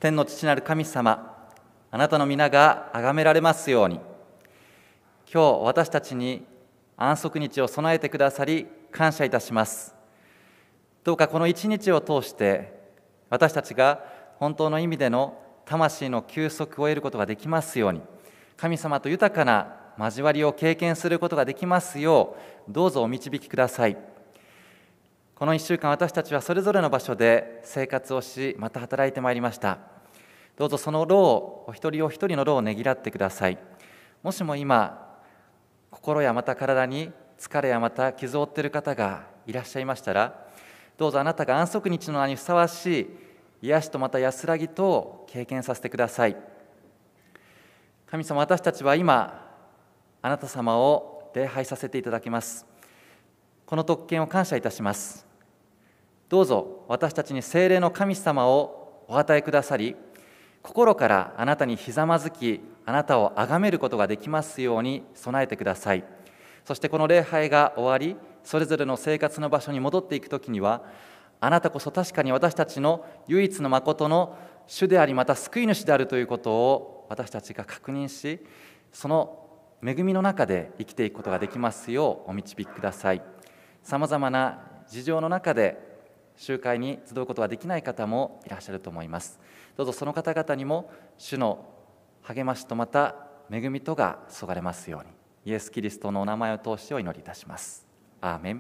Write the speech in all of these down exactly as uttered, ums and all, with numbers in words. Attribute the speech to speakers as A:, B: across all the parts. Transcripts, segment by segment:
A: 天の父なる神様、あなたの皆が崇められますように。今日私たちに安息日を備えてくださり感謝いたします。どうかこの一日を通して私たちが本当の意味での魂の休息を得ることができますように、神様と豊かな交わりを経験することができますよう、どうぞお導きください。このいっしゅうかん、私たちはそれぞれの場所で生活をし、また働いてまいりました。どうぞその労を、お一人お一人の労をねぎらってください。もしも今、心やまた体に疲れやまた傷を負っている方がいらっしゃいましたら、どうぞあなたが安息日の名にふさわしい癒しとまた安らぎとを経験させてください。神様、私たちは今、あなた様を礼拝させていただきます。この特権を感謝いたします。どうぞ私たちに聖霊の神様をお与えくださり、心からあなたにひざまずき、あなたを崇めることができますように備えてください。そしてこの礼拝が終わり、それぞれの生活の場所に戻っていくときには、あなたこそ確かに私たちの唯一の誠の主であり、また救い主であるということを私たちが確認し、その恵みの中で生きていくことができますようお導きください。さまざまな事情の中で集会に集うことができない方もいらっしゃると思います。どうぞその方々にも主の励ましとまた恵みとが注がれますように、イエス・キリストのお名前を通してお祈りいたします。アーメン。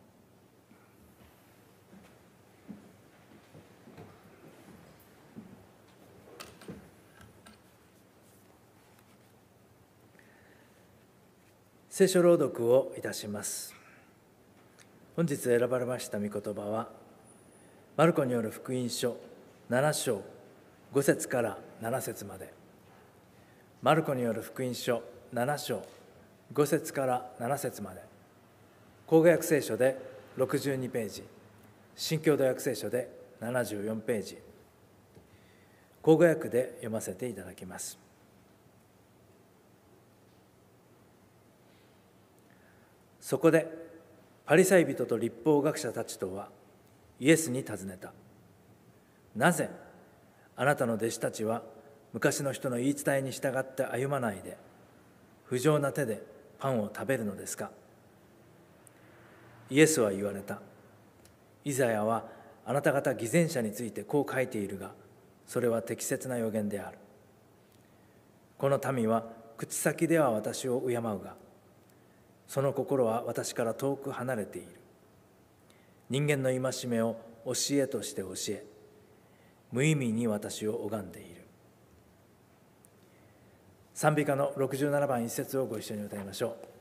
B: 聖書朗読をいたします。本日選ばれました御言葉は、マルコによる福音書なな章ご節からなな節まで。マルコによる福音書なな章ご節からなな節まで。口語訳聖書でろくじゅうにページ、新共同訳聖書でななじゅうよんページ。口語訳で読ませていただきます。そこでパリサイ人と律法学者たちとはイエスに尋ねた。なぜあなたの弟子たちは昔の人の言い伝えに従って歩まないで不浄な手でパンを食べるのですか。イエスは言われた。イザヤはあなた方偽善者についてこう書いているが、それは適切な預言である。この民は口先では私を敬うが、その心は私から遠く離れている。人間の戒めを教えとして教え、無意味に私を拝んでいる。賛美歌のろくじゅうななばん一節をご一緒に歌いましょう。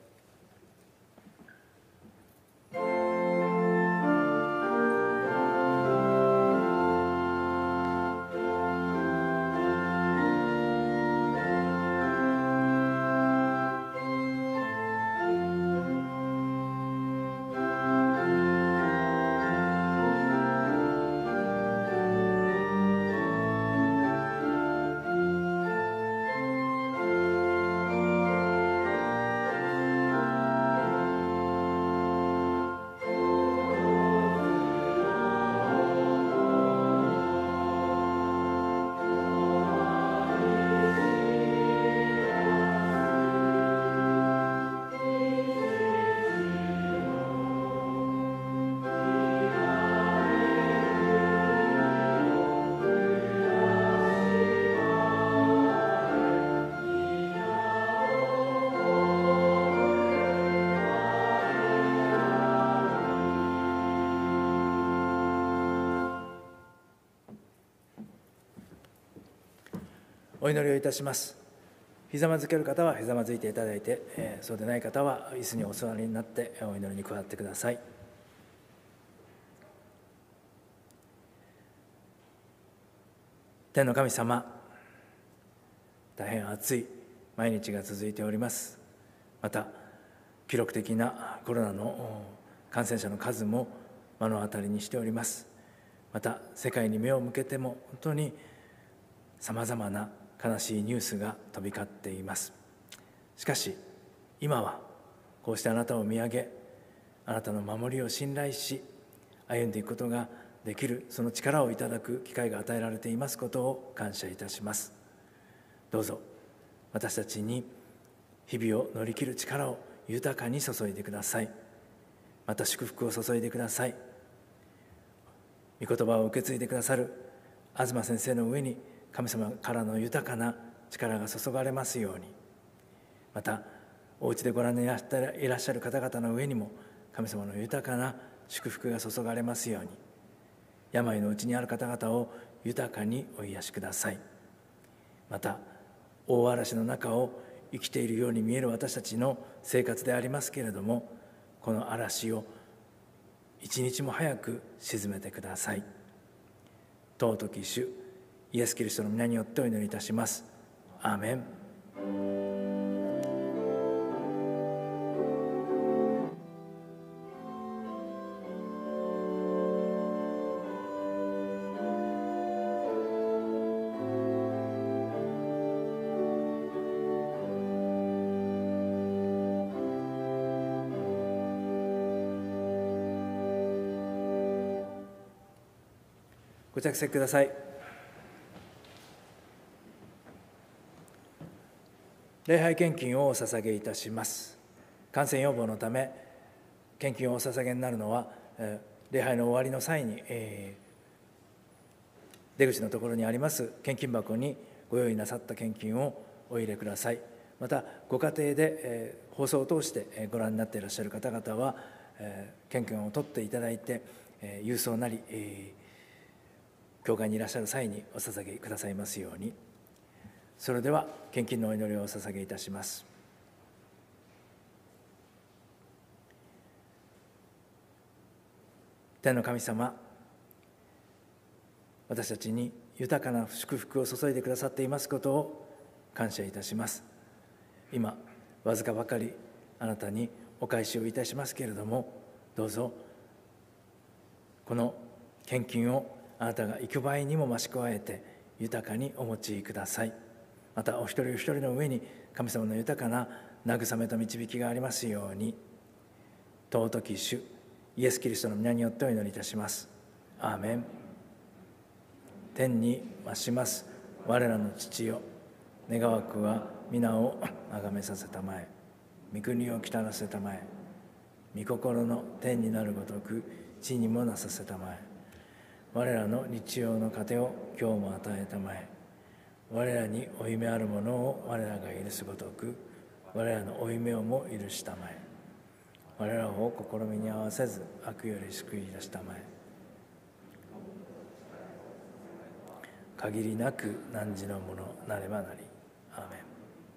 B: お祈りをいたします。ひざまずける方はひざまずいていただいて、えー、そうでない方は椅子にお座りになってお祈りに加わってください。天の神様、大変暑い毎日が続いております。また記録的なコロナの感染者の数も目の当たりにしております。また世界に目を向けても本当にさまざまな悲しいニュースが飛び交っています。しかし今はこうしてあなたを見上げ、あなたの守りを信頼し歩んでいくことができる、その力をいただく機会が与えられていますことを感謝いたします。どうぞ私たちに日々を乗り切る力を豊かに注いでください。また祝福を注いでください。御言葉を受け継いでくださる東先生の上に神様からの豊かな力が注がれますように、またお家でご覧にいらっしゃる方々の上にも神様の豊かな祝福が注がれますように、病のうちにある方々を豊かにお癒しください。また大嵐の中を生きているように見える私たちの生活でありますけれども、この嵐を一日も早く沈めてください。尊き主イエス・キリストの皆によってお祈りいたします。アーメン。ご着席ください。礼拝献金をお捧げいたします。感染予防のため献金をお捧げになるのは、えー、礼拝の終わりの際に、えー、出口のところにあります献金箱にご用意なさった献金をお入れください。またご家庭で、えー、放送を通してご覧になっていらっしゃる方々は、えー、献金を取っていただいて、えー、郵送なり、えー教会にいらっしゃる際にお捧げくださいますように。それでは献金のお祈りをお捧げいたします。天の神様、私たちに豊かな祝福を注いでくださっていますことを感謝いたします。今わずかばかりあなたにお返しをいたしますけれども、どうぞこの献金をあなたが幾倍にも増し加えて豊かにお持ちください。またお一人お一人の上に神様の豊かな慰めと導きがありますように、尊き主イエス・キリストの皆によってお祈りいたします。アーメン。天に増します我らの父よ、願わくは皆をあがめさせたまえ、御国を来たらせたまえ、御心の天になるごとく地にもなさせたまえ。我らの日曜の糧を今日も与えたまえ。我らに負い目あるものを我らが許すごとく我らの負い目をも許したまえ。我らを試みに合わせず悪より救い出したまえ。限りなく汝のものなればなり。アーメン。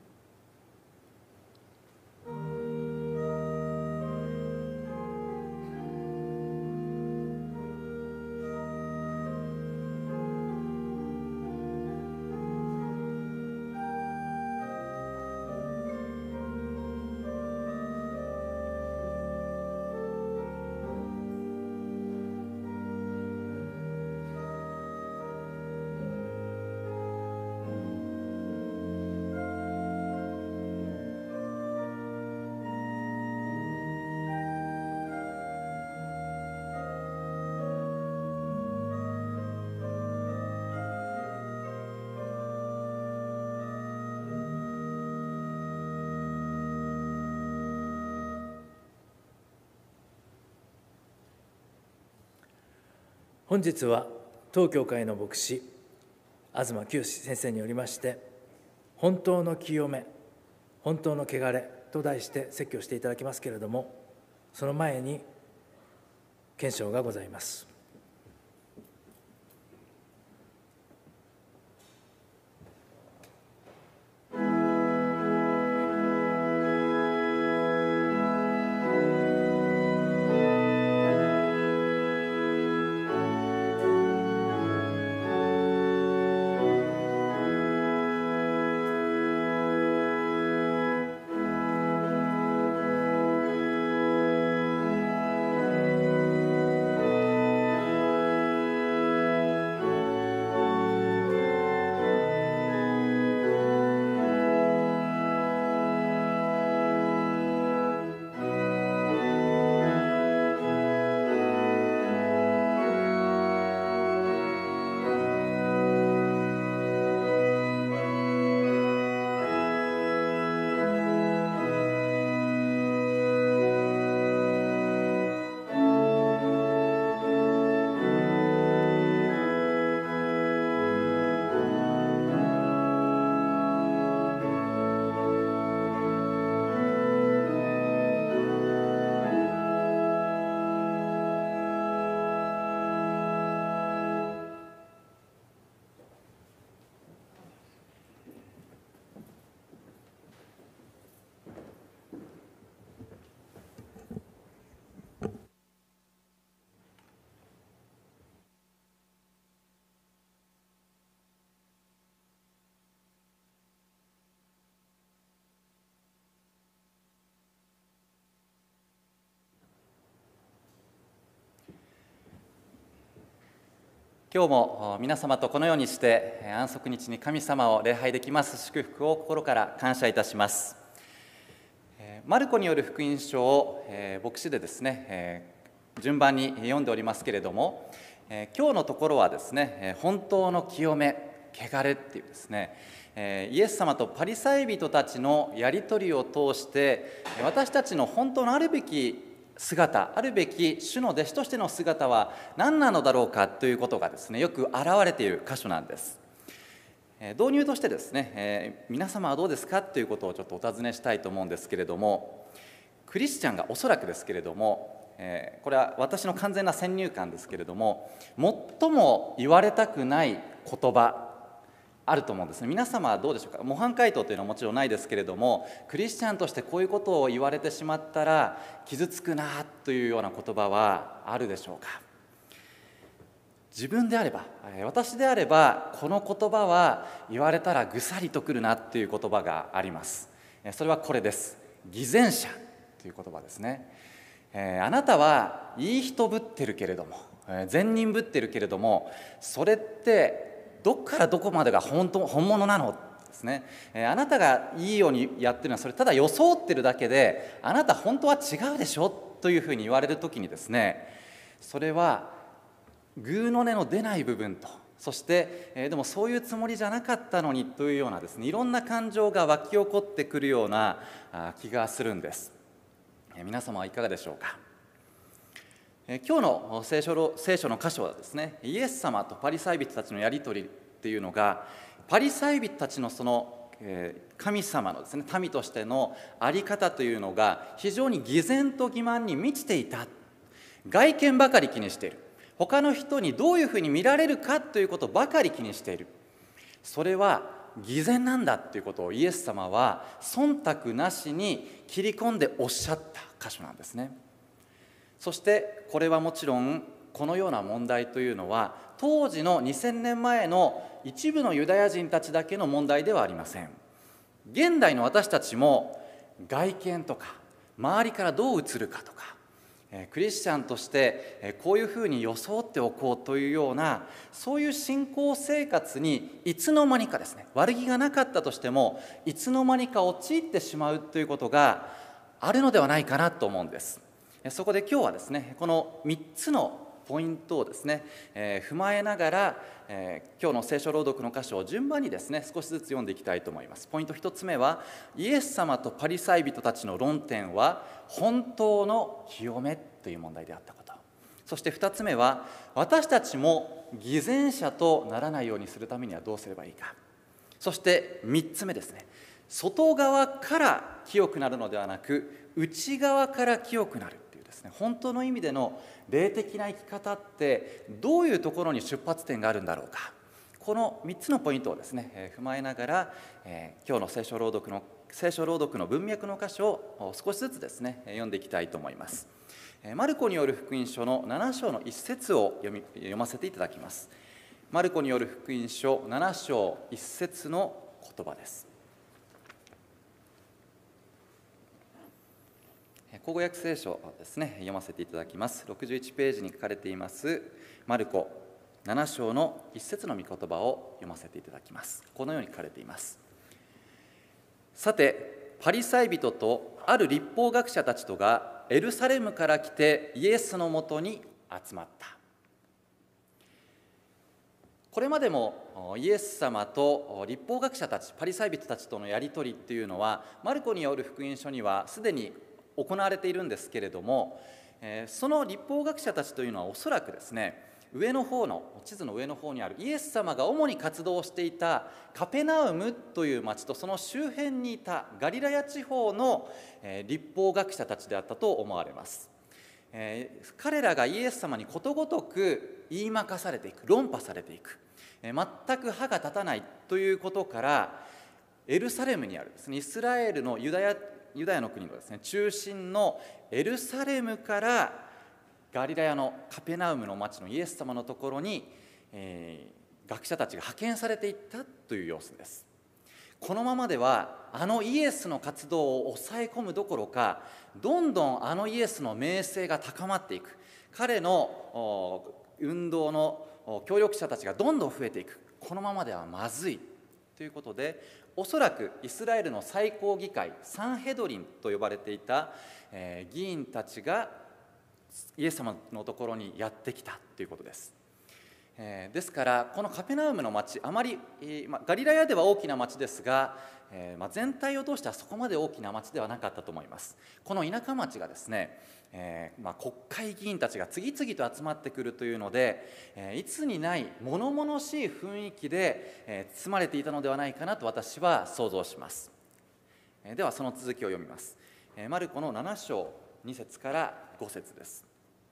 B: 本日は当教会の牧師東清先生によりまして「本当の清め、本当の汚れ」と題して説教していただきますけれども、その前に検証がございます。
A: 今日も皆様とこのようにして安息日に神様を礼拝できます祝福を心から感謝いたします。マルコによる福音書を牧師でですね順番に読んでおりますけれども、今日のところはですね本当の清め汚れっていうですねイエス様とパリサイ人たちのやり取りを通して私たちの本当のあるべき姿、あるべき主の弟子としての姿は何なのだろうかということがですねよく現れている箇所なんです。導入としてですね、えー、皆様はどうですかということをちょっとお尋ねしたいと思うんですけれども、クリスチャンがおそらくですけれども、えー、これは私の完全な先入観ですけれども、最も言われたくない言葉あると思うんですね。皆様はどうでしょうか。模範解答というのはもちろんないですけれども、クリスチャンとしてこういうことを言われてしまったら傷つくなというような言葉はあるでしょうか。自分であれば、私であればこの言葉は言われたらぐさりとくるなという言葉があります。それはこれです。偽善者という言葉ですね。あなたはいい人ぶってるけれども、善人ぶってるけれども、それってどこからどこまでが本当本物なのですね。あなたがいいようにやってるのはそれただ装ってるだけで、あなた本当は違うでしょというふうに言われるときにですね、それは偶の音の出ない部分と、そしてえでもそういうつもりじゃなかったのにというようなですね、いろんな感情が湧き起こってくるような気がするんです。皆様はいかがでしょうか。今日の聖書の、聖書の箇所はですね、イエス様とパリサイ人たちのやり取りっていうのが、パリサイ人たちのその神様のですね民としての在り方というのが非常に偽善と欺瞞に満ちていた。外見ばかり気にしている。他の人にどういうふうに見られるかということばかり気にしている。それは偽善なんだということをイエス様は忖度なしに切り込んでおっしゃった箇所なんですね。そしてこれはもちろんこのような問題というのは当時のにせんねんまえの一部のユダヤ人たちだけの問題ではありません。現代の私たちも外見とか周りからどう映るかとか、クリスチャンとしてこういうふうに装っておこうというような、そういう信仰生活にいつの間にかですね、悪気がなかったとしてもいつの間にか陥ってしまうということがあるのではないかなと思うんです。そこで今日はですね、このみっつのポイントをですね、えー、踏まえながら、えー、今日の聖書朗読の箇所を順番にですね少しずつ読んでいきたいと思います。ポイントひとつめは、イエス様とパリサイ人たちの論点は本当の清めという問題であったこと。そしてふたつめは、私たちも偽善者とならないようにするためにはどうすればいいか。そしてみっつめですね、外側から清くなるのではなく内側から清くなる。本当の意味での霊的な生き方ってどういうところに出発点があるんだろうか。このみっつのポイントをですね踏まえながら、えー、今日の聖書朗読の聖書朗読の文脈の箇所を少しずつですね読んでいきたいと思います。マルコによる福音書のなな章の一節を読み読ませていただきます。マルコによる福音書なな章一節の言葉です。口語訳聖書をですね読ませていただきます。ろくじゅういちページに書かれていますマルコなな章の一節の御言葉を読ませていただきます。このように書かれています。さてパリサイ人とある律法学者たちとがエルサレムから来てイエスのもとに集まった。これまでもイエス様と律法学者たち、パリサイ人たちとのやり取りっていうのはマルコによる福音書にはすでに行われているんですけれども、その律法学者たちというのはおそらくですね、上の方の地図の上の方にあるイエス様が主に活動していたカペナウムという町とその周辺にいたガリラヤ地方の律法学者たちであったと思われます。彼らがイエス様にことごとく言いまかされていく、論破されていく、全く歯が立たないということから、エルサレムにあるですね、イスラエルのユダヤユダヤの国のですね中心のエルサレムからガリラヤのカペナウムの町のイエス様のところに、えー、学者たちが派遣されていったという様子です。このままではあのイエスの活動を抑え込むどころか、どんどんあのイエスの名声が高まっていく、彼の運動のの協力者たちがどんどん増えていく、このままではまずいということで、おそらくイスラエルの最高議会サンヘドリンと呼ばれていた、えー、議員たちがイエス様のところにやってきたということです。えー、ですからこのカペナウムの町、あまり、えーまあ、ガリラヤでは大きな町ですが、えーまあ、全体を通してはそこまで大きな町ではなかったと思います。この田舎町がですね、えーまあ、国会議員たちが次々と集まってくるというので、えー、いつにない物々しい雰囲気で、えー、包まれていたのではないかなと私は想像します。えー、ではその続きを読みます。えー、マルコのなな章に節からご節です。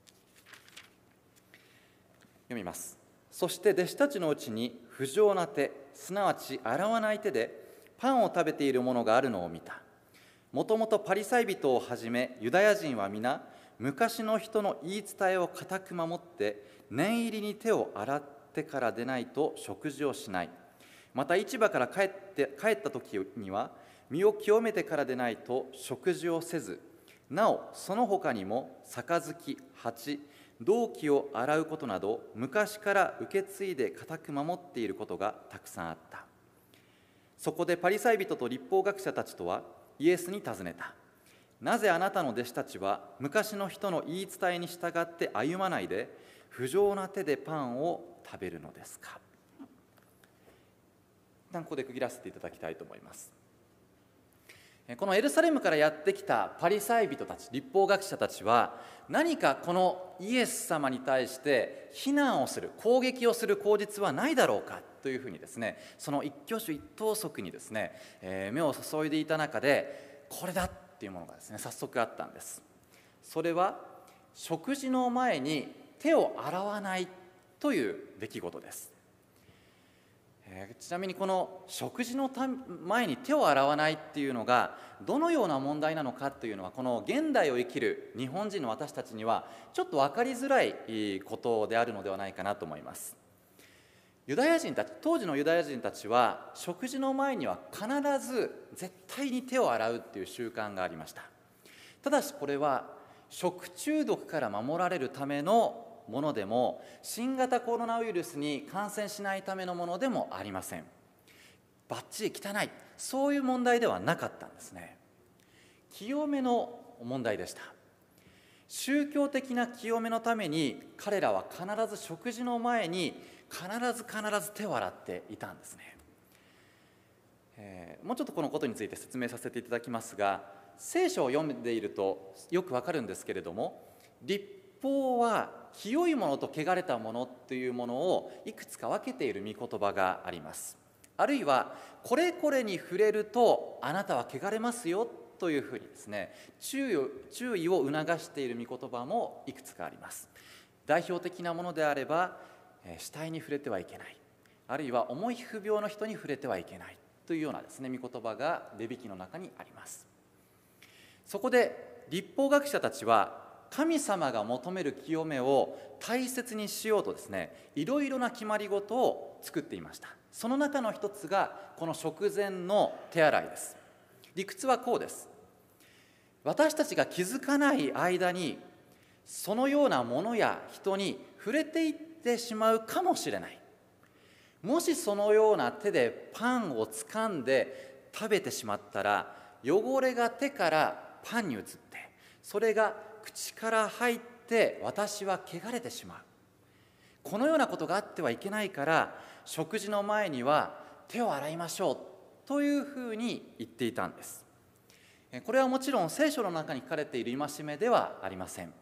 A: 読みます。そして弟子たちのうちに不浄な手、すなわち洗わない手でパンを食べている者があるのを見た。もともとパリサイ人をはじめユダヤ人は皆昔の人の言い伝えを固く守って念入りに手を洗ってからでないと食事をしない。また市場から帰って帰った時には身を清めてからでないと食事をせず、なおその他にも杯、鉢、銅器を洗うことなど昔から受け継いで固く守っていることがたくさんあった。そこでパリサイ人と律法学者たちとはイエスに尋ねた。なぜあなたの弟子たちは昔の人の言い伝えに従って歩まないで不浄な手でパンを食べるのですか。一旦ここで区切らせていただきたいと思います。このエルサレムからやってきたパリサイ人たち、律法学者たちは何かこのイエス様に対して非難をする、攻撃をする口実はないだろうかというふうにですね、その一挙手一投足にですね、えー、目を注いでいた中でこれだっていうものがですね、早速あったんです。それは食事の前に手を洗わないという出来事です。えー、ちなみにこの食事の前に手を洗わないっていうのがどのような問題なのかというのは、この現代を生きる日本人の私たちにはちょっと分かりづらいことであるのではないかなと思います。ユダヤ人たち、当時のユダヤ人たちは食事の前には必ず絶対に手を洗うっていう習慣がありました。ただしこれは食中毒から守られるためのものでも、新型コロナウイルスに感染しないためのものでもありません。バッチリ汚い、そういう問題ではなかったんですね。清めの問題でした。宗教的な清めのために彼らは必ず食事の前に必ず必ず手を洗っていたんですね。えー、もうちょっとこのことについて説明させていただきますが、聖書を読んでいるとよくわかるんですけれども、律法は清いものと汚れたものというものをいくつか分けている御言葉があります。あるいはこれこれに触れるとあなたは汚れますよというふうにですね、注意を、注意を促している御言葉もいくつかあります。代表的なものであれば、死体に触れてはいけない、あるいは重い皮膚病の人に触れてはいけないというようなですね、御言葉がレビ記の中にあります。そこで律法学者たちは神様が求める清めを大切にしようとですね、いろいろな決まり事を作っていました。その中の一つがこの食前の手洗いです。理屈はこうです。私たちが気づかない間にそのようなものや人に触れていってしまうかもしれない。もしそのような手でパンをつかんで食べてしまったら、汚れが手からパンに移って、それが口から入って私は汚れてしまう。このようなことがあってはいけないから、食事の前には手を洗いましょうというふうに言っていたんです。これはもちろん聖書の中に書かれている戒めではありません。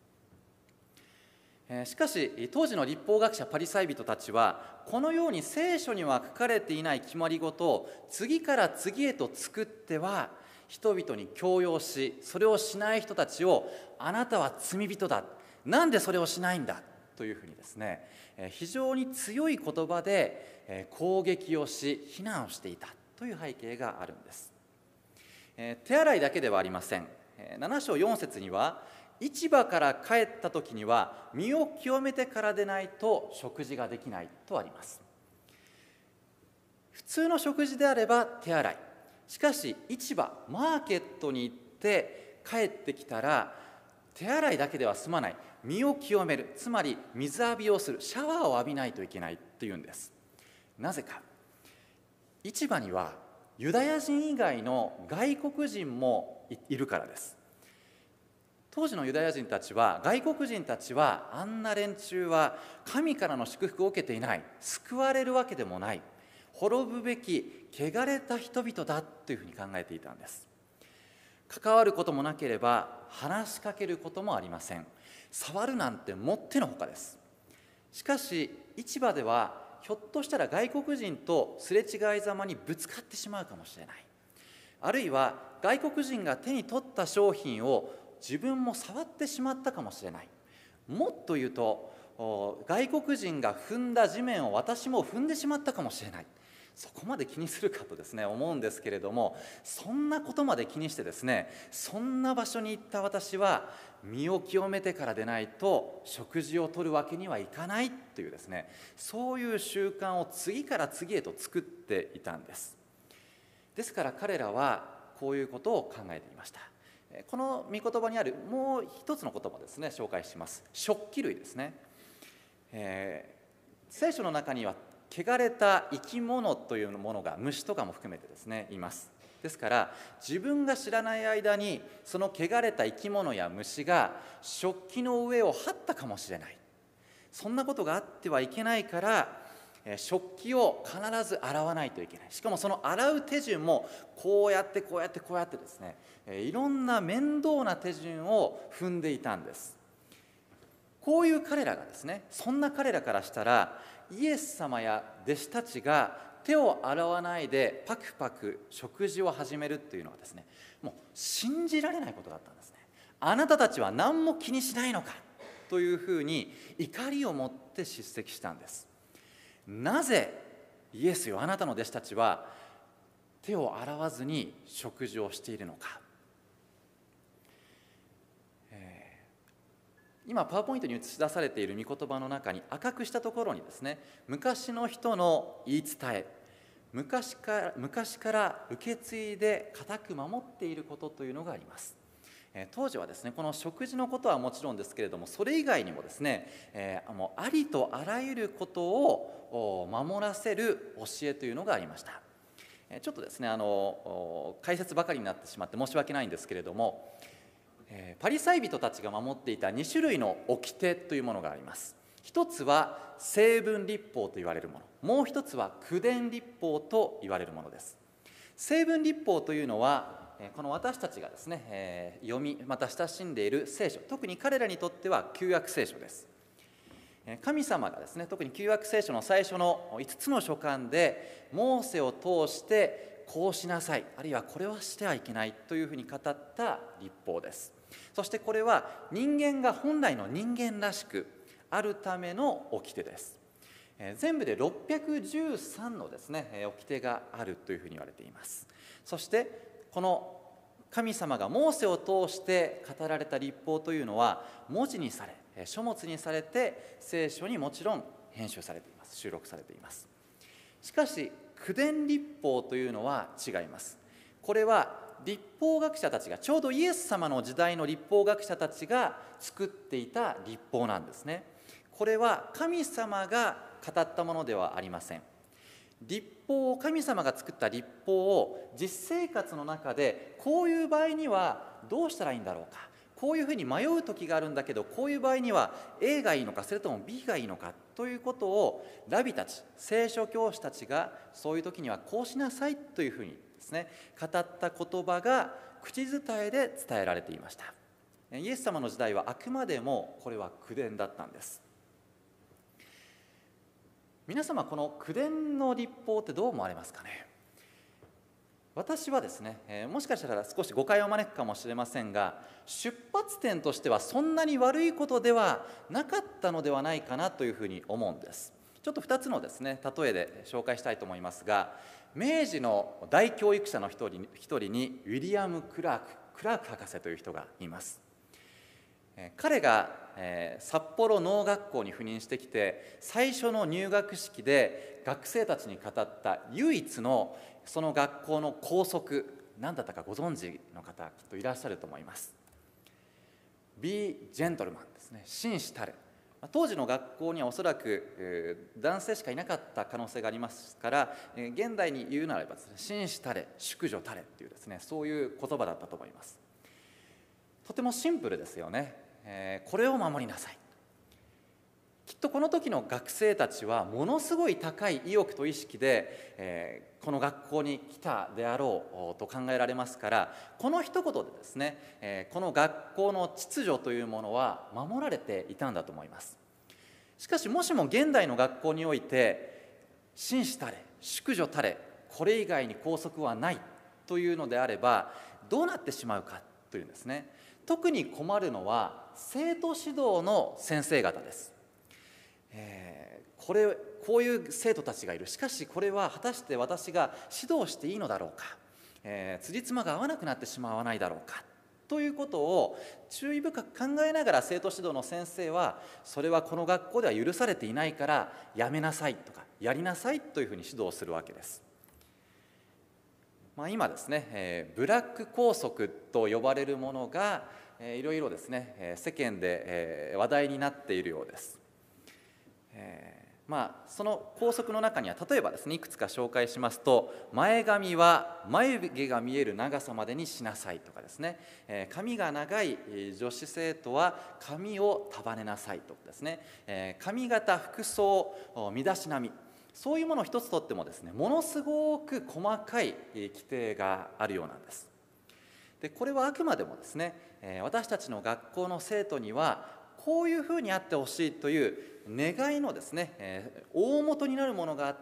A: しかし当時の律法学者パリサイ人たちは、このように聖書には書かれていない決まり事を次から次へと作っては人々に強要し、それをしない人たちをあなたは罪人だ、なんでそれをしないんだというふうにですね、非常に強い言葉で攻撃をし非難をしていたという背景があるんです。手洗いだけではありません。なな章よん節には、市場から帰った時には身を清めてからでないと食事ができないとあります。普通の食事であれば手洗い、しかし市場、マーケットに行って帰ってきたら手洗いだけでは済まない、 身を清める、つまり水浴びをする、シャワーを浴びないといけないっていうんです。なぜか、市場にはユダヤ人以外の外国人もいるからです。当時のユダヤ人たちは、外国人たちはあんな連中は神からの祝福を受けていない、救われるわけでもない、滅ぶべき汚れた人々だというふうに考えていたんです。関わることもなければ話しかけることもありません。触るなんてもってのほかです。しかし市場ではひょっとしたら外国人とすれ違いざまにぶつかってしまうかもしれない。あるいは外国人が手に取った商品を自分も触ってしまったかもしれない。もっと言うと、外国人が踏んだ地面を私も踏んでしまったかもしれない。そこまで気にするかとですね思うんですけれども、そんなことまで気にしてですね、そんな場所に行った私は身を清めてからでないと食事をとるわけにはいかないというですね、そういう習慣を次から次へと作っていたんです。ですから彼らはこういうことを考えていました。この御言葉にあるもう一つの言葉ですね、紹介します。食器類ですね。えー、聖書の中には汚れた生き物というものが、虫とかも含めてですねいます。ですから自分が知らない間にその汚れた生き物や虫が食器の上を這ったかもしれない。そんなことがあってはいけないから、食器を必ず洗わないといけない。しかもその洗う手順もこうやってこうやってこうやってですね、いろんな面倒な手順を踏んでいたんです。こういう彼らがですね、そんな彼らからしたら、イエス様や弟子たちが手を洗わないでパクパク食事を始めるっていうのはですね、もう信じられないことだったんですね。あなたたちは何も気にしないのかというふうに怒りを持って叱責したんです。なぜイエスよ、あなたの弟子たちは手を洗わずに食事をしているのか。今パワーポイントに映し出されている御言葉の中に赤くしたところにですね、昔の人の言い伝え、昔から昔から受け継いで固く守っていることというのがあります。当時はですね、この食事のことはもちろんですけれども、それ以外にもですね、えー、もうありとあらゆることを守らせる教えというのがありました。ちょっとですね、あの解説ばかりになってしまって申し訳ないんですけれども、パリサイ人たちが守っていたに種類の掟というものがあります。一つは成文立法と言われるもの、もう一つは句伝立法と言われるものです。成文立法というのは、この私たちがですね、読みまた親しんでいる聖書、特に彼らにとっては旧約聖書です。神様がですね、特に旧約聖書の最初のいつつの書簡でモーセを通してこうしなさい、あるいはこれはしてはいけないというふうに語った立法です。そしてこれは人間が本来の人間らしくあるための掟です。全部でろっぴゃくじゅうさんのですね掟があるというふうに言われています。そしてこの神様がモーセを通して語られた立法というのは文字にされ、書物にされて聖書にもちろん編集されています。収録されています。しかし句伝立法というのは違います。これは律法学者たちが、ちょうどイエス様の時代の律法学者たちが作っていた律法なんですね。これは神様が語ったものではありません。律法を、神様が作った律法を実生活の中で、こういう場合にはどうしたらいいんだろうか、こういうふうに迷う時があるんだけど、こういう場合には A がいいのか、それとも B がいいのかということを、ラビたち、聖書教師たちがそういう時にはこうしなさいというふうにですね、語った言葉が口伝えで伝えられていました。イエス様の時代はあくまでもこれは口伝だったんです。皆様、この口伝の律法ってどう思われますかね。私はですね、えー、もしかしたら少し誤解を招くかもしれませんが、出発点としてはそんなに悪いことではなかったのではないかなというふうに思うんです。ちょっとふたつのですね例えで紹介したいと思いますが、明治の大教育者の一人一人にウィリアム・クラーククラーク博士という人がいます。彼が札幌農学校に赴任してきて、最初の入学式で学生たちに語った唯一のその学校の校則、何だったかご存知の方きっといらっしゃると思います。 Be gentleman ですね、紳士たれ。当時の学校にはおそらく、えー、男性しかいなかった可能性がありますから、えー、現代に言うならばですね、紳士たれ、淑女たれっていうですね、そういう言葉だったと思います。とてもシンプルですよね、えー、これを守りなさい。きっとこの時の学生たちはものすごい高い意欲と意識で、えー、この学校に来たであろうと考えられますから、この一言でですね、えー、この学校の秩序というものは守られていたんだと思います。しかしもしも現代の学校において紳士たれ、淑女たれ、これ以外に校則はないというのであればどうなってしまうかというんですね。特に困るのは生徒指導の先生方です。えー、これこういう生徒たちがいる。しかしこれは果たして私が指導していいのだろうか、えー、辻褄が合わなくなってしまわないだろうかということを注意深く考えながら、生徒指導の先生はそれはこの学校では許されていないからやめなさいとかやりなさいというふうに指導するわけです。まあ、今ですね、えー、ブラック校則と呼ばれるものが、えー、いろいろですね、えー、世間で、えー、話題になっているようです。えーまあ、その校則の中には例えばですね、いくつか紹介しますと、前髪は眉毛が見える長さまでにしなさいとかですね、えー、髪が長い女子生徒は髪を束ねなさいとかですね、えー、髪型、服装、身だしなみ、そういうものを一つとってもですね、ものすごく細かい規定があるようなんです。でこれはあくまでもですね、私たちの学校の生徒にはこういうふうにあってほしいという願いのですね、大元になるものがあって、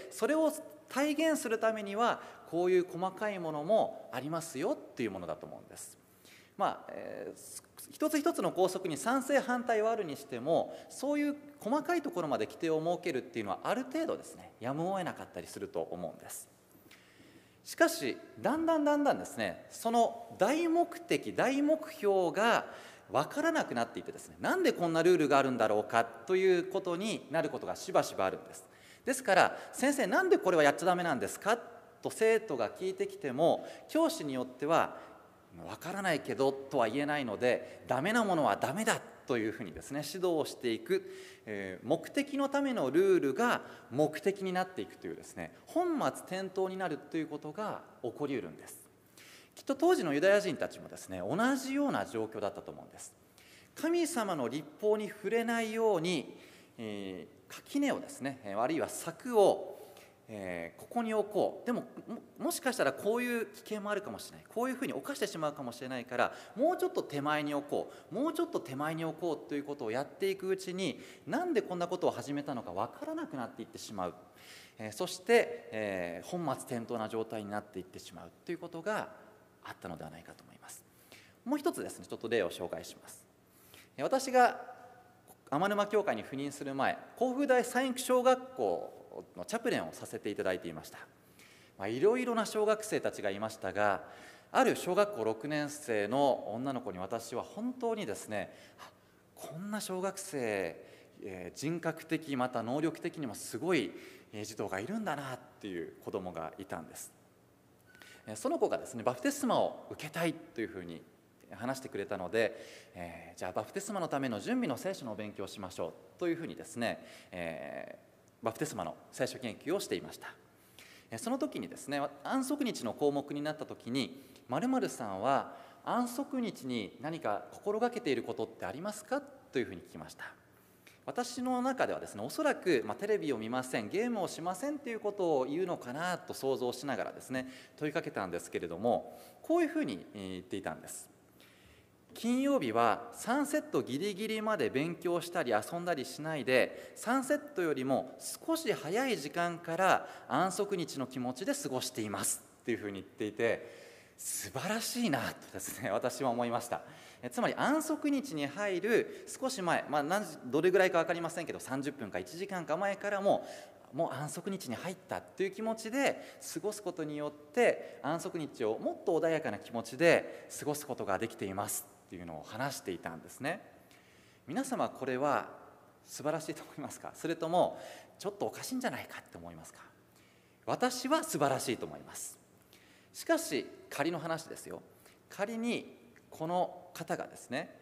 A: それを体現するためにはこういう細かいものもありますよっていうものだと思うんです。まあえー、一つ一つの校則に賛成反対はあるにしても、そういう細かいところまで規定を設けるっていうのはある程度ですね、やむを得なかったりすると思うんです。しかしだんだんだんだんですね、その大目的大目標が分からなくなっていてですね、なんでこんなルールがあるんだろうかということになることがしばしばあるんです。ですから先生、なんでこれはやっちゃダメなんですかと生徒が聞いてきても、教師によっては分からないけどとは言えないので、ダメなものはダメだというふうにですね、指導をしていく、えー、目的のためのルールが目的になっていくというですね、本末転倒になるということが起こりうるんです。きっと当時のユダヤ人たちもですね、同じような状況だったと思うんです。神様の律法に触れないように、えー、垣根をですね、あるいは柵をえー、ここに置こう。でも も, もしかしたらこういう危険もあるかもしれない、こういうふうに犯してしまうかもしれないから、もうちょっと手前に置こう、もうちょっと手前に置こうということをやっていくうちに、なんでこんなことを始めたのか分からなくなっていってしまう、えー、そして、えー、本末転倒な状態になっていってしまうということがあったのではないかと思います。もう一つですね、ちょっと例を紹介します。私が天沼教会に赴任する前、甲府大三育小学校のチャプレンをさせていただいていました。まあ、いろいろな小学生たちがいましたが、ある小学校ろくねん生の女の子に私は本当にですね、こんな小学生、えー、人格的また能力的にもすごい児童がいるんだなっていう子どもがいたんです。その子がですね、バプテスマを受けたいというふうに話してくれたので、えー、じゃあバプテスマのための準備の聖書の勉強をしましょうというふうにですね、えーバプテスマの聖書研究をしていました。その時にですね、安息日の項目になった時に、〇〇さんは安息日に何か心がけていることってありますかというふうに聞きました。私の中ではですね、おそらく、まあ、テレビを見ません、ゲームをしませんということを言うのかなと想像しながらですね、問いかけたんですけれども、こういうふうに言っていたんです。金曜日はサンセットギリギリまで勉強したり遊んだりしないで、サンセットよりも少し早い時間から安息日の気持ちで過ごしていますっていうふうに言っていて、素晴らしいなとですね、私は思いました。つまり安息日に入る少し前、まあ、何どれぐらいか分かりませんけど、さんじゅっぷんかいちじかんか前からももう安息日に入ったという気持ちで過ごすことによって、安息日をもっと穏やかな気持ちで過ごすことができていますっていうのを話していたんですね。皆様、これは素晴らしいと思いますか？それともちょっとおかしいんじゃないかって思いますか？私は素晴らしいと思います。しかし仮の話ですよ。仮にこの方がですね、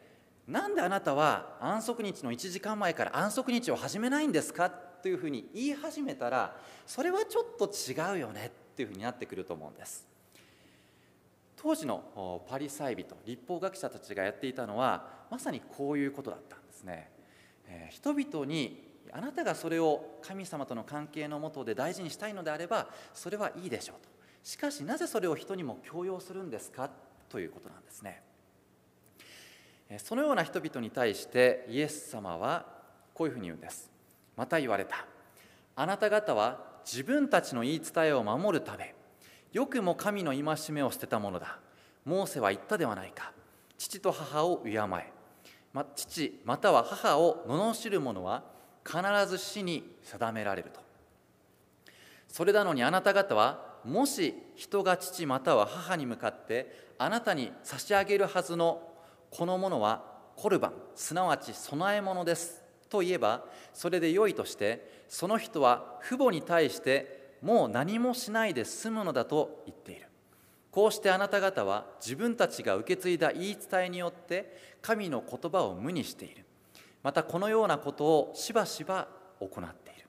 A: なんであなたは安息日のいちじかんまえから安息日を始めないんですかというふうに言い始めたら、それはちょっと違うよねっていうふうになってくると思うんです。当時のパリサイ人、律法学者たちがやっていたのはまさにこういうことだったんですね。えー、人々にあなたがそれを神様との関係の下で大事にしたいのであればそれはいいでしょうと。しかしなぜそれを人にも強要するんですかということなんですね。そのような人々に対してイエス様はこういうふうに言うんです。また言われた。あなた方は自分たちの言い伝えを守るため、よくも神の戒めを捨てたものだ。モーセは言ったではないか。父と母を敬え。ま、父または母を罵る者は必ず死に定められると。それなのにあなた方は、もし人が父または母に向かってあなたに差し上げるはずのこのものはコルバン、すなわち供え物ですと言えば、それで良いとして、その人は父母に対してもう何もしないで済むのだと言っている。こうしてあなた方は自分たちが受け継いだ言い伝えによって神の言葉を無にしている。またこのようなことをしばしば行っている。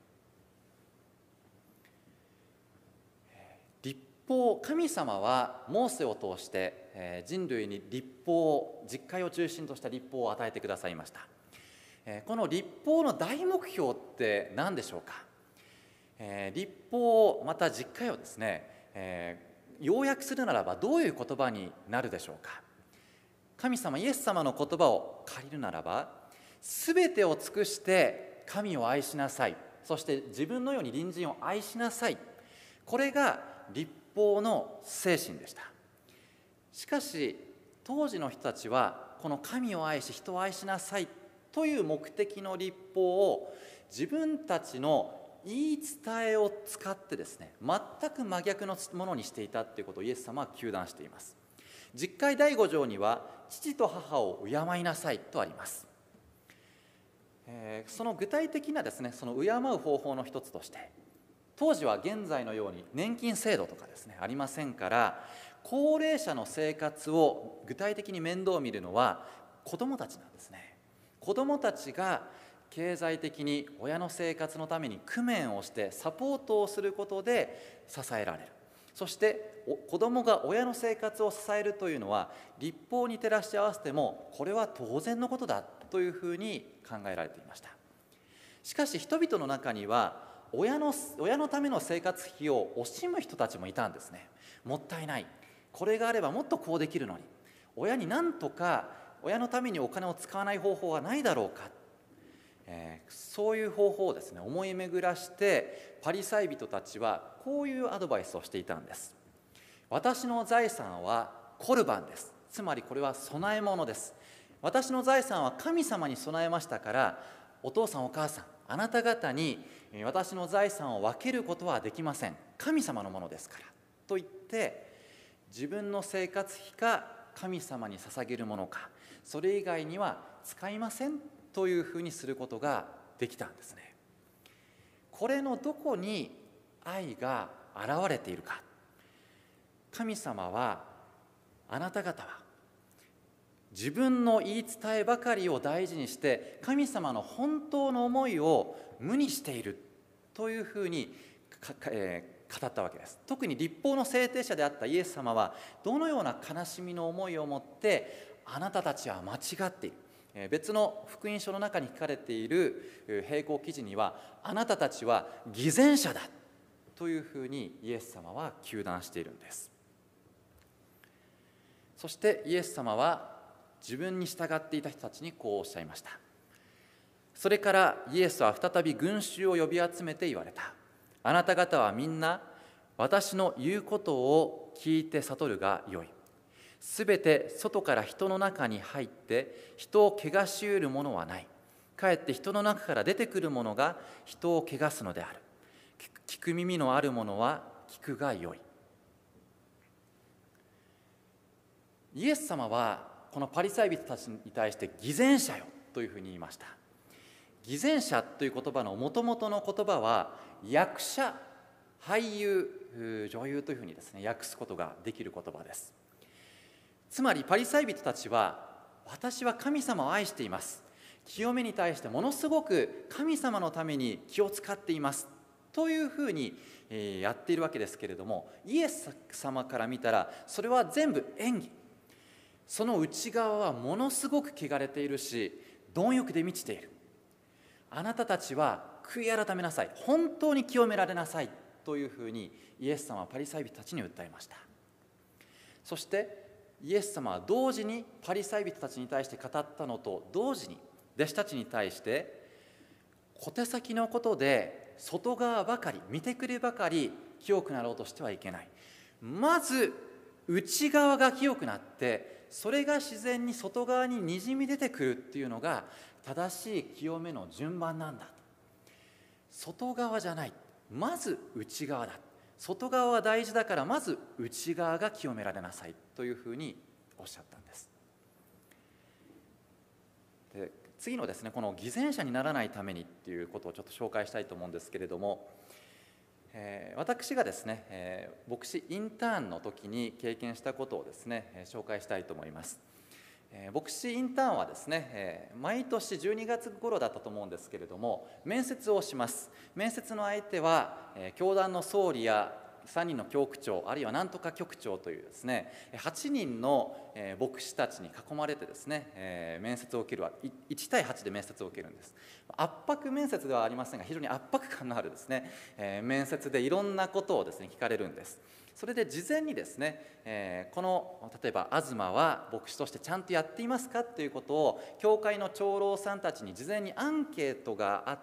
A: 律法、神様はモーセを通して人類に律法を、実戒を中心とした律法を与えてくださいました。この律法の大目標って何でしょうか。律法また実戒をですね、要約するならばどういう言葉になるでしょうか。神様イエス様の言葉を借りるならば、すべてを尽くして神を愛しなさい、そして自分のように隣人を愛しなさい、これが律法の精神でした。しかし当時の人たちはこの神を愛し人を愛しなさいという目的の律法を自分たちの言い伝えを使ってですね、全く真逆のものにしていたということをイエス様は糾弾しています。実戒だいご条には父と母を敬いなさいとあります。えー、その具体的なですね、その敬う方法の一つとして、当時は現在のように年金制度とかですねありませんから、高齢者の生活を具体的に面倒を見るのは子どもたちなんですね。子どもたちが経済的に親の生活のために工面をしてサポートをすることで支えられる。そして子どもが親の生活を支えるというのは律法に照らし合わせてもこれは当然のことだというふうに考えられていました。しかし人々の中には親の、親のための生活費を惜しむ人たちもいたんですね。もったいない、これがあればもっとこうできるのに、親に何とか親のためにお金を使わない方法はないだろうか、えー、そういう方法をですね思い巡らしてパリサイ人たちはこういうアドバイスをしていたんです。私の財産はコルバンです。つまりこれは供え物です。私の財産は神様に供えましたから、お父さんお母さんあなた方に私の財産を分けることはできません。神様のものですからと言って、自分の生活費か神様に捧げるものか、それ以外には使いませんというふうにすることができたんですね。これのどこに愛が現れているか。神様は、あなた方は自分の言い伝えばかりを大事にして神様の本当の思いを無にしているというふうにえー、語ったわけです。特に律法の制定者であったイエス様はどのような悲しみの思いを持ってあなたたちは間違っている、えー、別の福音書の中に書かれている並行記事にはあなたたちは偽善者だというふうにイエス様は糾弾しているんです。そしてイエス様は自分に従っていた人たちにこうおっしゃいました。それからイエスは再び群衆を呼び集めて言われた。あなた方はみんな私の言うことを聞いて悟るがよい。すべて外から人の中に入って人を汚しうるものはない。かえって人の中から出てくるものが人を汚すのである。聞く耳のあるものは聞くがよい。イエス様はこのパリサイ人たちに対して偽善者よというふうに言いました。偽善者という言葉のもともとの言葉は役者、俳優、女優というふうにですね訳すことができる言葉です。つまりパリサイ人たちは私は神様を愛しています、清めに対してものすごく神様のために気を使っていますというふうにやっているわけですけれども、イエス様から見たらそれは全部演技。その内側はものすごく汚れているし、貪欲で満ちている。あなたたちは悔い改めなさい、本当に清められなさいというふうにイエス様はパリサイ人たちに訴えました。そしてイエス様は同時にパリサイ人たちに対して語ったのと同時に、弟子たちに対して小手先のことで外側ばかり、見てくればかり清くなろうとしてはいけない。まず内側が清くなって、それが自然に外側ににじみ出てくるっていうのが正しい清めの順番なんだ。外側じゃない、まず内側だ。外側は大事だから、まず内側が清められなさいというふうにおっしゃったんです。で、次のですね、この偽善者にならないためにっていうことをちょっと紹介したいと思うんですけれども、えー、私がですね、えー、牧師インターンの時に経験したことをですね、えー、紹介したいと思います。えー、牧師インターンはですね、えー、毎年じゅうにがつ頃だったと思うんですけれども、面接をします。面接の相手は、えー、教団の総理やさんにんの教区長、あるいはなんとか局長というですね、はちにんの牧師たちに囲まれてですね、面接を受けるわ、いちたいはちで面接を受けるんです。圧迫面接ではありませんが、非常に圧迫感のあるですね、面接でいろんなことをですね、聞かれるんです。それで事前にですね、この例えば東は牧師としてちゃんとやっていますかということを教会の長老さんたちに事前にアンケートがあって、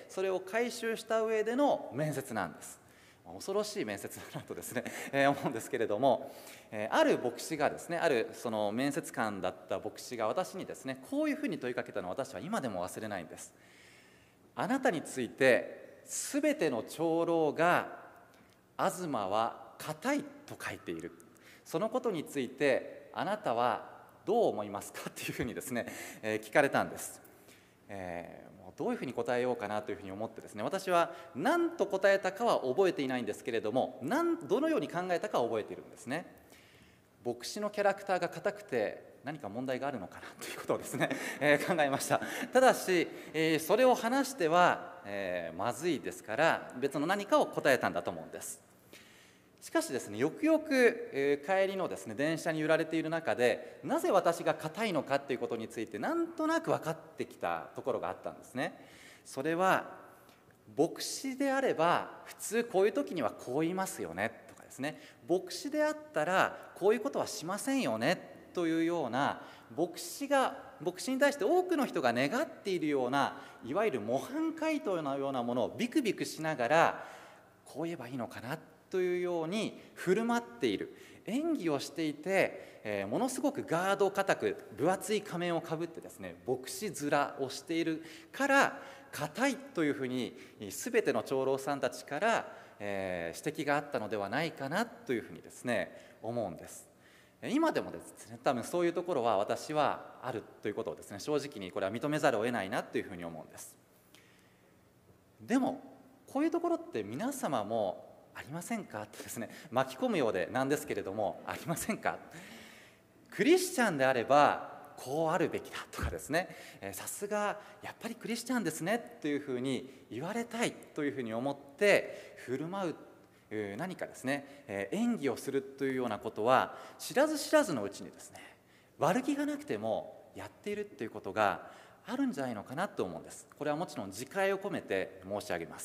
A: それを回収した上での面接なんです。恐ろしい面接だなとですね、えー、思うんですけれども、えー、ある牧師がですね、あるその面接官だった牧師が私にですね、こういうふうに問いかけたのを私は今でも忘れないんです。あなたについてすべての長老が東は固いと書いている、そのことについてあなたはどう思いますかというふうにですね、えー、聞かれたんです。えー、もうどういうふうに答えようかなというふうに思ってですね、私は何と答えたかは覚えていないんですけれども、何どのように考えたかは覚えているんですね。牧師のキャラクターが硬くて何か問題があるのかなということをですね、えー、考えました。ただし、えー、それを話しては、えー、まずいですから、別の何かを答えたんだと思うんです。しかしですね、よくよく、えー、帰りのですね、電車に揺られている中で、なぜ私が硬いのかということについてなんとなく分かってきたところがあったんですね。それは牧師であれば普通こういう時にはこう言いますよねとかですね、牧師であったらこういうことはしませんよねというような、牧師が牧師に対して多くの人が願っているような、いわゆる模範回答のようなものをビクビクしながら、こう言えばいいのかなというように振る舞っている、演技をしていて、えー、ものすごくガード固く分厚い仮面をかぶってですね、牧師面をしているから硬いというふうに全ての長老さんたちから、えー、指摘があったのではないかなというふうにですね、思うんです。今でもですね、多分そういうところは私はあるということをですね、正直にこれは認めざるを得ないなというふうに思うんです。でもこういうところって皆様もありませんかってですね、巻き込むようでなんですけれども、ありませんか。クリスチャンであればこうあるべきだとかですね、さすがやっぱりクリスチャンですねというふうに言われたいというふうに思って振る舞う、何かですね、演技をするというようなことは知らず知らずのうちにですね、悪気がなくてもやっているということがあるんじゃないのかなと思うんです。これはもちろん自戒を込めて申し上げます。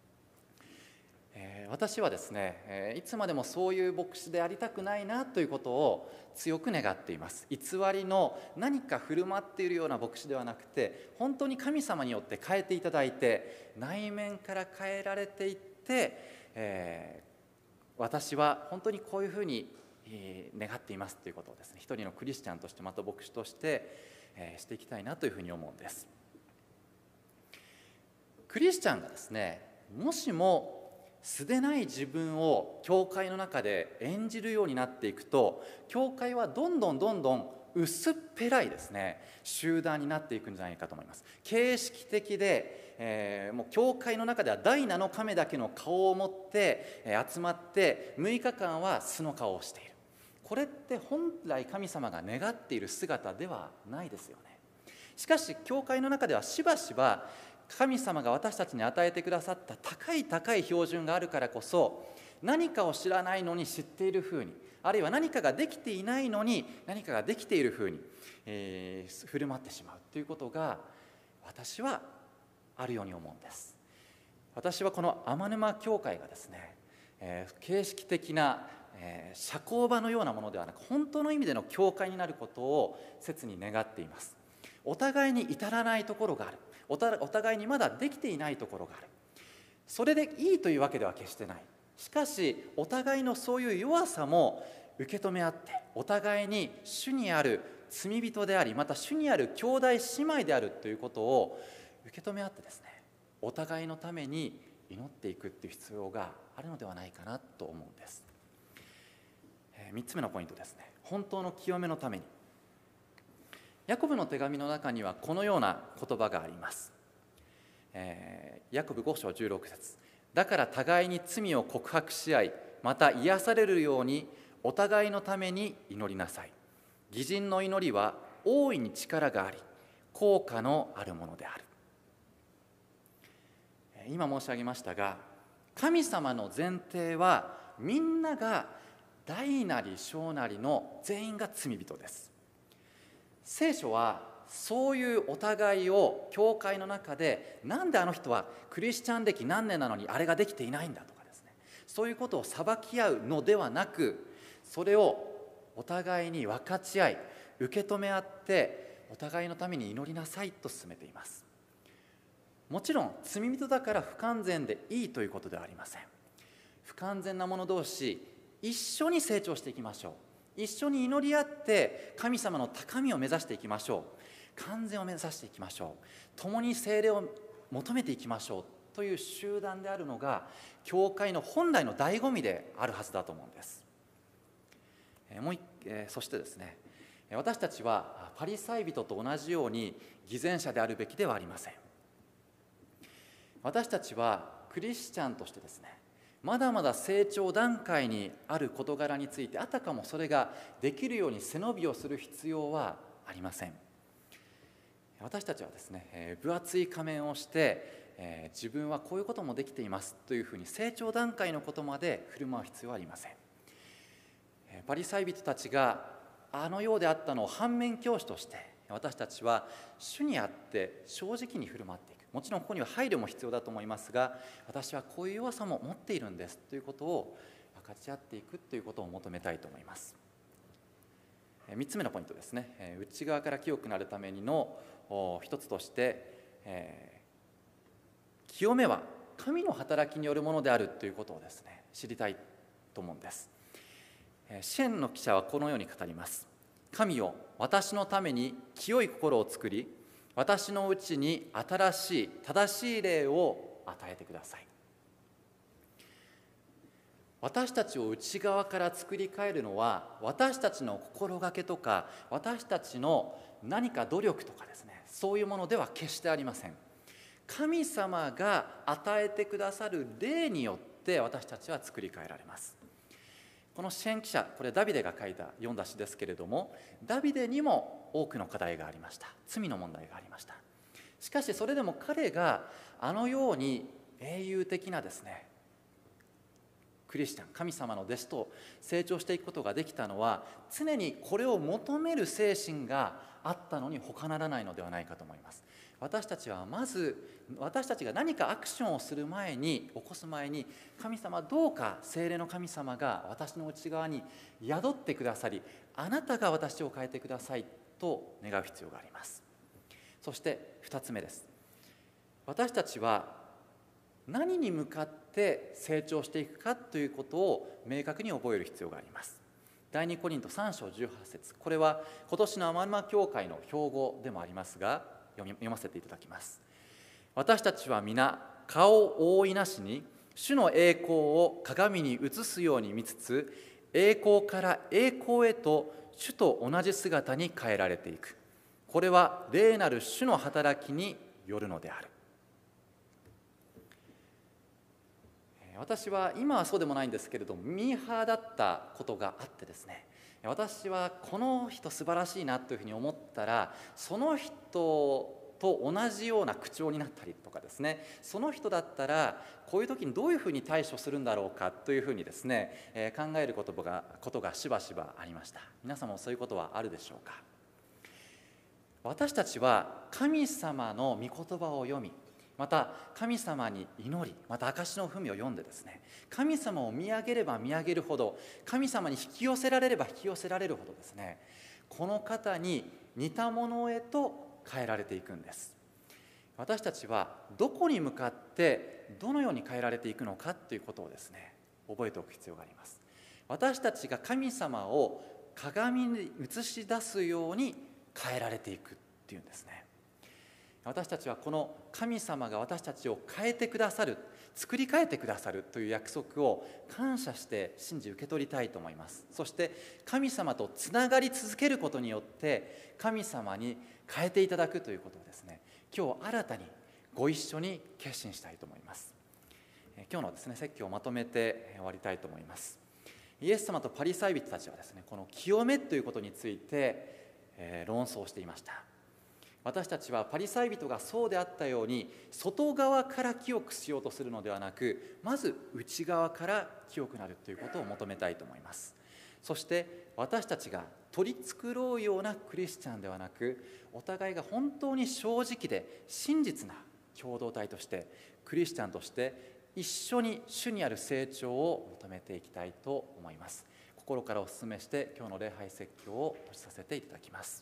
A: えー、私はですね、えー、いつまでもそういう牧師でありたくないなということを強く願っています。偽りの何か振る舞っているような牧師ではなくて、本当に神様によって変えていただいて、内面から変えられていって、えー、私は本当にこういうふうに願っていますということをですね、一人のクリスチャンとしてまた牧師として、えー、していきたいなというふうに思うんです。クリスチャンがですね、もしも素でない自分を教会の中で演じるようになっていくと、教会はどんどんどんどん薄っぺらいですね、集団になっていくんじゃないかと思います。形式的で、えー、もう教会の中では第七の亀だけの顔を持って、えー、集まってむいかかんは素の顔をしている。 これって本来神様が願っている姿ではないですよね。しかし教会の中ではしばしば神様が私たちに与えてくださった高い高い標準があるからこそ、何かを知らないのに知っているふうに、あるいは何かができていないのに何かができているふうに、えー、振る舞ってしまうということが私はあるように思うんです。私はこの天沼教会がですね、えー、形式的な、えー、社交場のようなものではなく、本当の意味での教会になることを切に願っています。お互いに至らないところがある、お互いにまだできていないところがある。それでいいというわけでは決してない。しかしお互いのそういう弱さも受け止め合って、お互いに主にある罪人であり、また主にある兄弟姉妹であるということを受け止め合ってですね、お互いのために祈っていくという必要があるのではないかなと思うんです。みっつめのポイントですね。本当の清めのために。ヤコブの手紙の中にはこのような言葉があります。えー、ヤコブご章じゅうろく節。だから互いに罪を告白し合い、また癒されるようにお互いのために祈りなさい。義人の祈りは大いに力があり、効果のあるものである。今申し上げましたが、神様の前提はみんなが大なり小なりの全員が罪人です。聖書はそういうお互いを教会の中で、なんであの人はクリスチャン歴何年なのにあれができていないんだとかですね、そういうことを裁き合うのではなく、それをお互いに分かち合い、受け止め合ってお互いのために祈りなさいと進めています。もちろん罪人だから不完全でいいということではありません。不完全な者同士一緒に成長していきましょう。一緒に祈り合って神様の高みを目指していきましょう。完全を目指していきましょう。共に聖霊を求めていきましょうという集団であるのが教会の本来の醍醐味であるはずだと思うんです。えーもう一えー、そしてですね、私たちはパリサイ人と同じように偽善者であるべきではありません。私たちはクリスチャンとしてですね、まだまだ成長段階にある事柄について、あたかもそれができるように背伸びをする必要はありません。私たちはですね、えー、分厚い仮面をして、えー、自分はこういうこともできていますというふうに成長段階のことまで振る舞う必要はありません。えー、パリサイ人たちがあのようであったのを反面教師として、私たちは主にあって正直に振る舞っていく。もちろんここには配慮も必要だと思いますが、私はこういう弱さも持っているんですということを分かち合っていくということを求めたいと思います。みっつめのポイントですね。内側から清くなるためにの一つとして、えー、清めは神の働きによるものであるということをですね、知りたいと思うんです。シェンの記者はこのように語ります。神よ、私のために清い心を作り、私のうちに新しい正しい霊を与えてください。私たちを内側から作り変えるのは、私たちの心がけとか私たちの何か努力とかですね、そういうものでは決してありません。神様が与えてくださる霊によって私たちは作り変えられます。この支援記者、これダビデが書いた読んだ詩ですけれども、ダビデにも多くの課題がありました。罪の問題がありました。しかしそれでも彼があのように英雄的なですね、クリスチャン、神様の弟子と成長していくことができたのは、常にこれを求める精神があったのに他ならないのではないかと思います。私たちはまず、私たちが何かアクションをする前に、起こす前に、神様どうか聖霊の神様が私の内側に宿ってくださり、あなたが私を変えてくださいと願う必要があります。そしてふたつめです。私たちは何に向かって成長していくかということを明確に覚える必要があります。第二コリントさん章じゅうはち節、これは今年の天沼教会の標語でもありますが、読ませていただきます。私たちは皆顔を覆いなしに主の栄光を鏡に映すように見つつ、栄光から栄光へと主と同じ姿に変えられていく。これは霊なる主の働きによるのである。私は今はそうでもないんですけれども、ミーハーだったことがあってですね、 私はこの人素晴らしいなというふうに思ったら、その人と同じような口調になったりとかですね、その人だったらこういう時にどういうふうに対処するんだろうかというふうにですね、えー、考えることがことがしばしばありました。皆様もそういうことはあるでしょうか。私たちは神様の御言葉を読み、また神様に祈り、また証の文を読んでですね、神様を見上げれば見上げるほど、神様に引き寄せられれば引き寄せられるほどですね、この方に似たものへと変えられていくんです。私たちはどこに向かってどのように変えられていくのかということをですね、覚えておく必要があります。私たちが神様を鏡に映し出すように変えられていくっていうんですね。私たちはこの神様が私たちを変えてくださる、作り変えてくださるという約束を感謝して信じ受け取りたいと思います。そして神様とつながり続けることによって神様に変えていただくということをですね、今日新たにご一緒に決心したいと思います。今日のですね、説教をまとめて終わりたいと思います。イエス様とパリサイ人たちはですね、この清めということについて、えー、論争していました。私たちはパリサイ人がそうであったように、外側から清くしようとするのではなく、まず内側から清くなるということを求めたいと思います。そして私たちが取り繕うようなクリスチャンではなく、お互いが本当に正直で真実な共同体として、クリスチャンとして一緒に主にある成長を求めていきたいと思います。心からお勧めして今日の礼拝説教を閉じさせていただきます。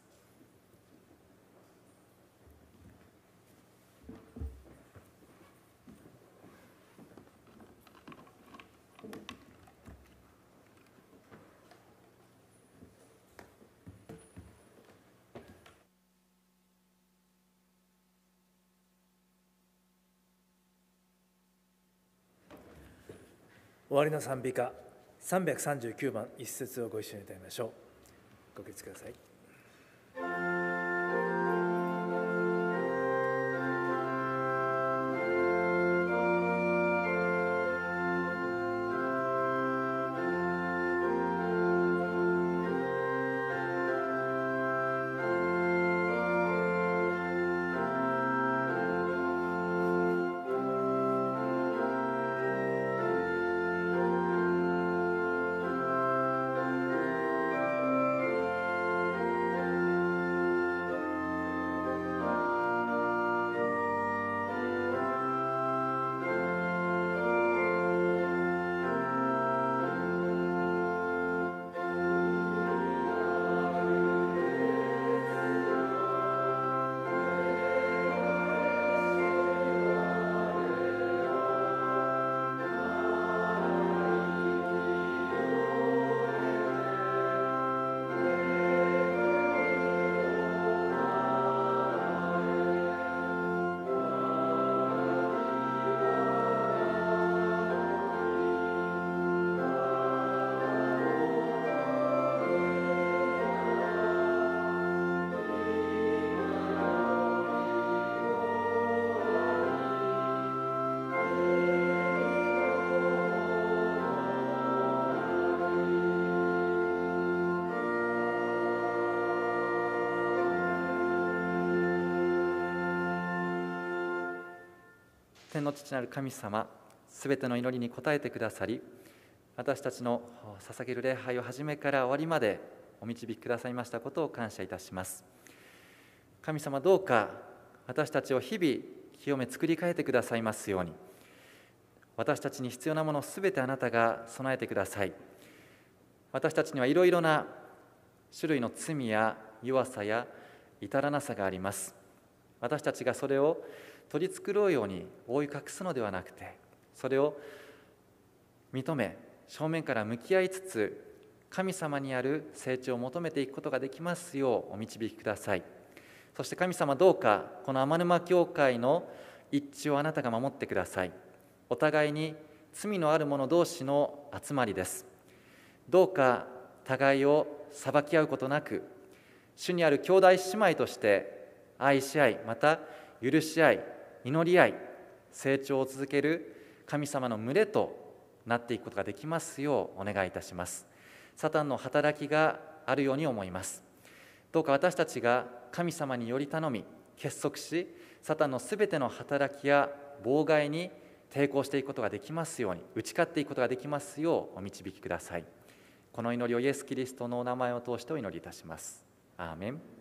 B: 終わりの賛美歌さんびゃくさんじゅうきゅうばん一節をご一緒に歌いましょう。ご起立ください。
A: 天の父なる神様、すべての祈りに応えてくださり、私たちの捧げる礼拝を始めから終わりまでお導きくださいましたことを感謝いたします。神様、どうか私たちを日々清め作り変えてくださいますように。私たちに必要なものをすべてあなたが備えてください。私たちにはいろいろな種類の罪や弱さや至らなさがあります。私たちがそれを取り繕うように覆い隠すのではなくて、それを認め正面から向き合いつつ、神様にある成長を求めていくことができますようお導きください。そして神様、どうかこの天沼教会の一致をあなたが守ってください。お互いに罪のある者同士の集まりです。どうか互いを裁き合うことなく、主にある兄弟姉妹として愛し合い、また許し合い、祈り合い、成長を続ける神様の群れとなっていくことができますようお願いいたします。サタンの働きがあるように思います。どうか私たちが神様により頼み結束し、サタンのすべての働きや妨害に抵抗していくことができますように、打ち勝っていくことができますようお導きください。この祈りをイエス・キリストのお名前を通してお祈りいたします。アーメン。